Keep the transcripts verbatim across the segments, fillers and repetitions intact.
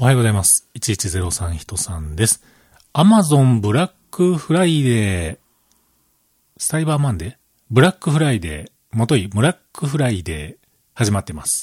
おはようございます。いちいちゼロさん人さんです。アマゾンブラックフライデー、サイバーマンデーブラックフライデー、もといブラックフライデー始まってます。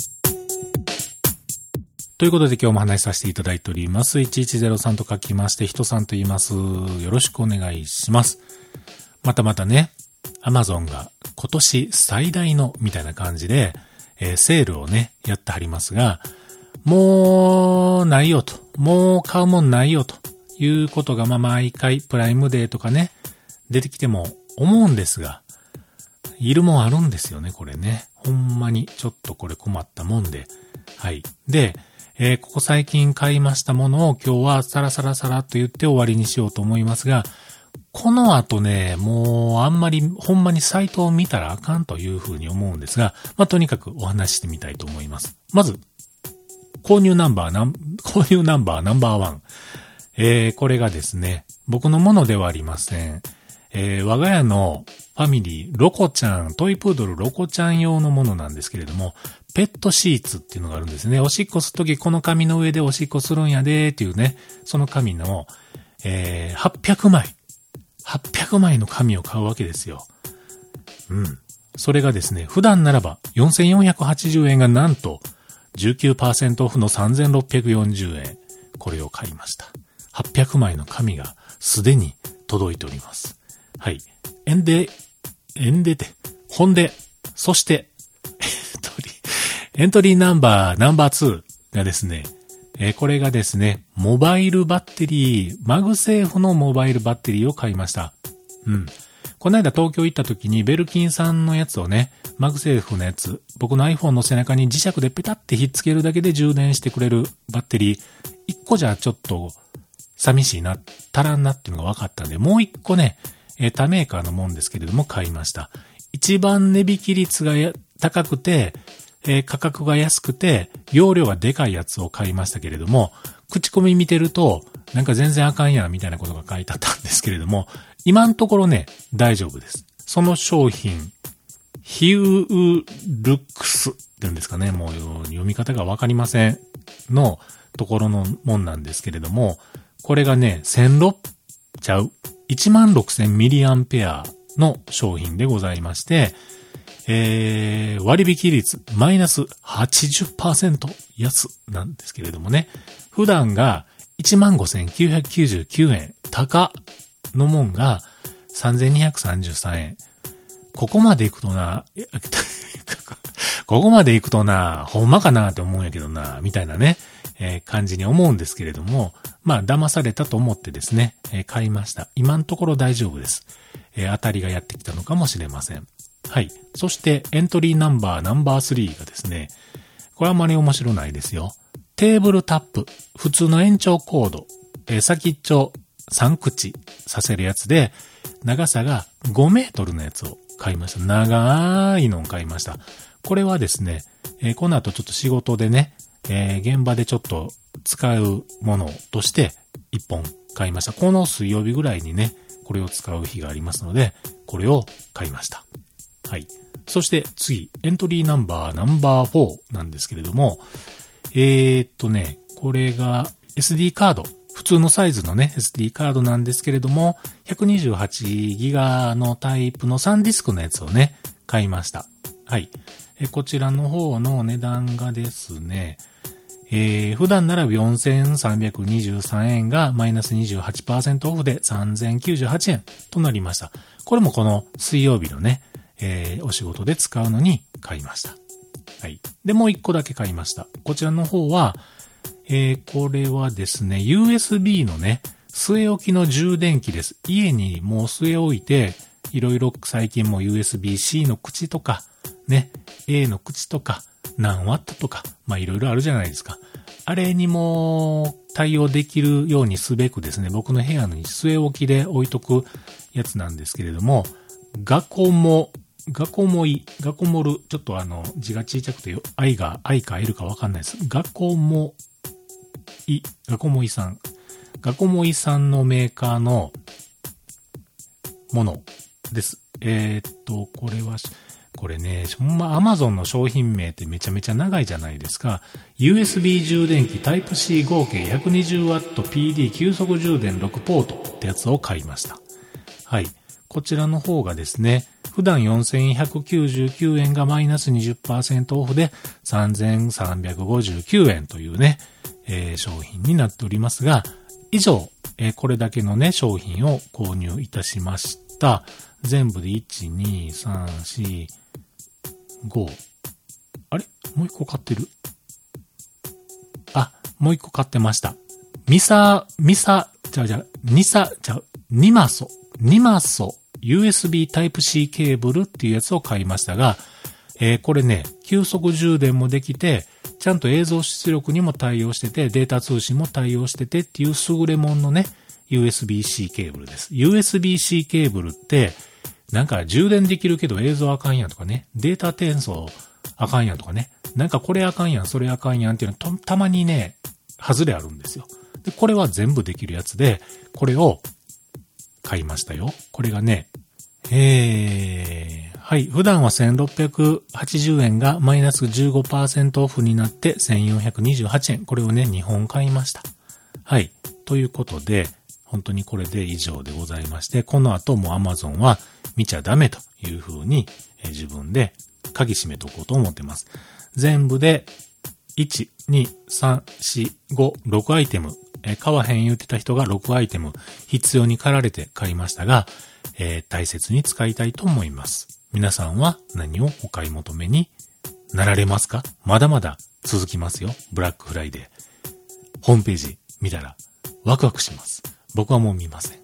ということで今日も話しさせていただいております。いちいちゼロさんと書きまして、人さんと言います。よろしくお願いします。またまたね、アマゾンが今年最大のみたいな感じで、えー、セールをね、やってはりますが、もうないよと、もう買うもんないよということが、まあ毎回プライムデーとかね、出てきても思うんですが、いるもんあるんですよね、これね。ほんまにちょっとこれ困ったもんで。はい。で、えー、ここ最近買いましたものを今日はサラサラサラと言って終わりにしようと思いますが、この後ね、もうあんまりほんまにサイトを見たらあかんというふうに思うんですが、まあとにかくお話ししてみたいと思います。まず、購入ナンバーナン、購入ナンバーナンバーワン。えー、これがですね、僕のものではありません。えー、我が家のファミリー、ロコちゃん、トイプードルロコちゃん用のものなんですけれども、ペットシーツっていうのがあるんですね。おしっこするときこの紙の上でおしっこするんやでーっていうね、その紙の、えー、はっぴゃくまい。はっぴゃくまいの紙を買うわけですよ。うん。それがですね、普段ならばよんせんよんひゃくはちじゅうえんがなんと、じゅうきゅうパーセント オフのさんぜんろっぴゃくよんじゅうえん。これを買いました。はっぴゃくまいの紙がすでに届いております。はい。エンデ、エンデで、ほんで、そして、エントリー、エントリーナンバー、ナンバーツーがですね、えー、これがですね、モバイルバッテリー、マグセーフのモバイルバッテリーを買いました。うん。この間東京行った時にベルキンさんのやつをね、マグセーフのやつ、僕の iPhone の背中に磁石でペタってひっつけるだけで充電してくれるバッテリー、一個じゃちょっと寂しいな、足らんなっていうのが分かったんで、もう一個ね、えー、他メーカーのもんですけれども買いました。一番値引き率が高くて、えー、価格が安くて、容量がでかいやつを買いましたけれども、口コミ見てると、なんか全然あかんやんみたいなことが書いてあったんですけれども、今のところね、大丈夫です。その商品、ヒュールックスって言うんですかね、もう読み方がわかりませんのところのもんなんですけれども、これがね、せんろっぴゃくちゃう、いちまんろくせんミリアンペアの商品でございまして、えー、割引率マイナス はちじゅっパーセント 安なんですけれどもね、普段が いちまんごせんきゅうひゃくきゅうじゅうきゅうえん、高のもんがさんぜんにひゃくさんじゅうさんえん。ここまで行くとな、ここまで行くとな、ほんまかなって思うんやけどな、みたいなね、えー、感じに思うんですけれども、まあ、騙されたと思ってですね、えー、買いました。今のところ大丈夫です。えー、当たりがやってきたのかもしれません。はい。そして、エントリーナンバーナンバースリーがですね、これはあんまり面白ないですよ。テーブルタップ、普通の延長コード、えー、先っちょさん口させるやつで、長さがごメートルのやつを買いました。長いのを買いました。これはですね、えー、この後ちょっと仕事でね、えー、現場でちょっと使うものとしていっぽん買いました。この水曜日ぐらいにね、これを使う日がありますので、これを買いました。はい。そして次、エントリーナンバーナンバーフォーなんですけれども、えー、っとね、これが エスディー カード。普通のサイズのね、エスディー カードなんですけれども、ひゃくにじゅうはちギガのタイプのさんディスクのやつをね、買いました。はい。えこちらの方の値段がですね、えー、普段ならよんせんさんびゃくにじゅうさんえんがマイナス にじゅうはちパーセント オフでさんぜんきゅうじゅうはちえんとなりました。これもこの水曜日のね、えー、お仕事で使うのに買いました。はい。で、もう一個だけ買いました。こちらの方は、えー、これはですね、ユーエスビー のね、据え置きの充電器です。家にもう据え置いて、いろいろ最近も ユーエスビーシー の口とか、ね、A の口とか、何ワットとか、まあいろいろあるじゃないですか。あれにも対応できるようにすべくですね、僕の部屋に据え置きで置いとくやつなんですけれども、ガコモ、ガコモイ、ガコモル、ちょっとあの字が小さくて、愛が、愛か L かわかんないです。ガコモイ、ガコモイさん。ガコモイさんのメーカーのものです。えー、っと、これは、 これね、ほんま Amazon の商品名ってめちゃめちゃ長いじゃないですか。ユーエスビー 充電器 タイプシー 合計 ひゃくにじゅうワットピーディー 急速充電ろくポートってやつを買いました。はい。こちらの方がですね、普段よんせんひゃくきゅうじゅうきゅうえんがマイナス にじゅっパーセント オフでさんぜんさんびゃくごじゅうきゅうえんというね、えー、商品になっておりますが、以上、えー、これだけのね、商品を購入いたしました。全部でいち、に、さん、よん、ご。あれもう一個買ってる。あ、もう一個買ってました。ミサ、ミサ、じゃあじゃあ、ニサ、じゃあ、ニマソ、ニマソ、ユーエスビー タイプシー ケーブルっていうやつを買いましたが、えー、これね、急速充電もできて、ちゃんと映像出力にも対応してて、データ通信も対応しててっていう優れもんのね、ユーエスビーシー ケーブルです。ユーエスビーシー ケーブルって、なんか充電できるけど映像あかんやんとかね、データ転送あかんやんとかね、なんかこれあかんやん、それあかんやんっていうのはたまにね、外れあるんですよ。で、これは全部できるやつで、これを買いましたよ。これがね、えー、はい。普段はせんろっぴゃくはちじゅうえんがマイナス じゅうごパーセント オフになってせんよんひゃくにじゅうはちえん。これをね、にほん買いました。はい。ということで、本当にこれで以上でございまして、この後も Amazon は見ちゃダメという風に、えー、自分で鍵閉めとこうと思ってます。全部で、いち、に、さん、よん、ご、ろくアイテム。えー、買わへん言ってた人がろくアイテム必要に駆られて買いましたが、えー、大切に使いたいと思います。皆さんは何をお買い求めになられますか？まだまだ続きますよ。ブラックフライデー。ホームページ見たらワクワクします。僕はもう見ません。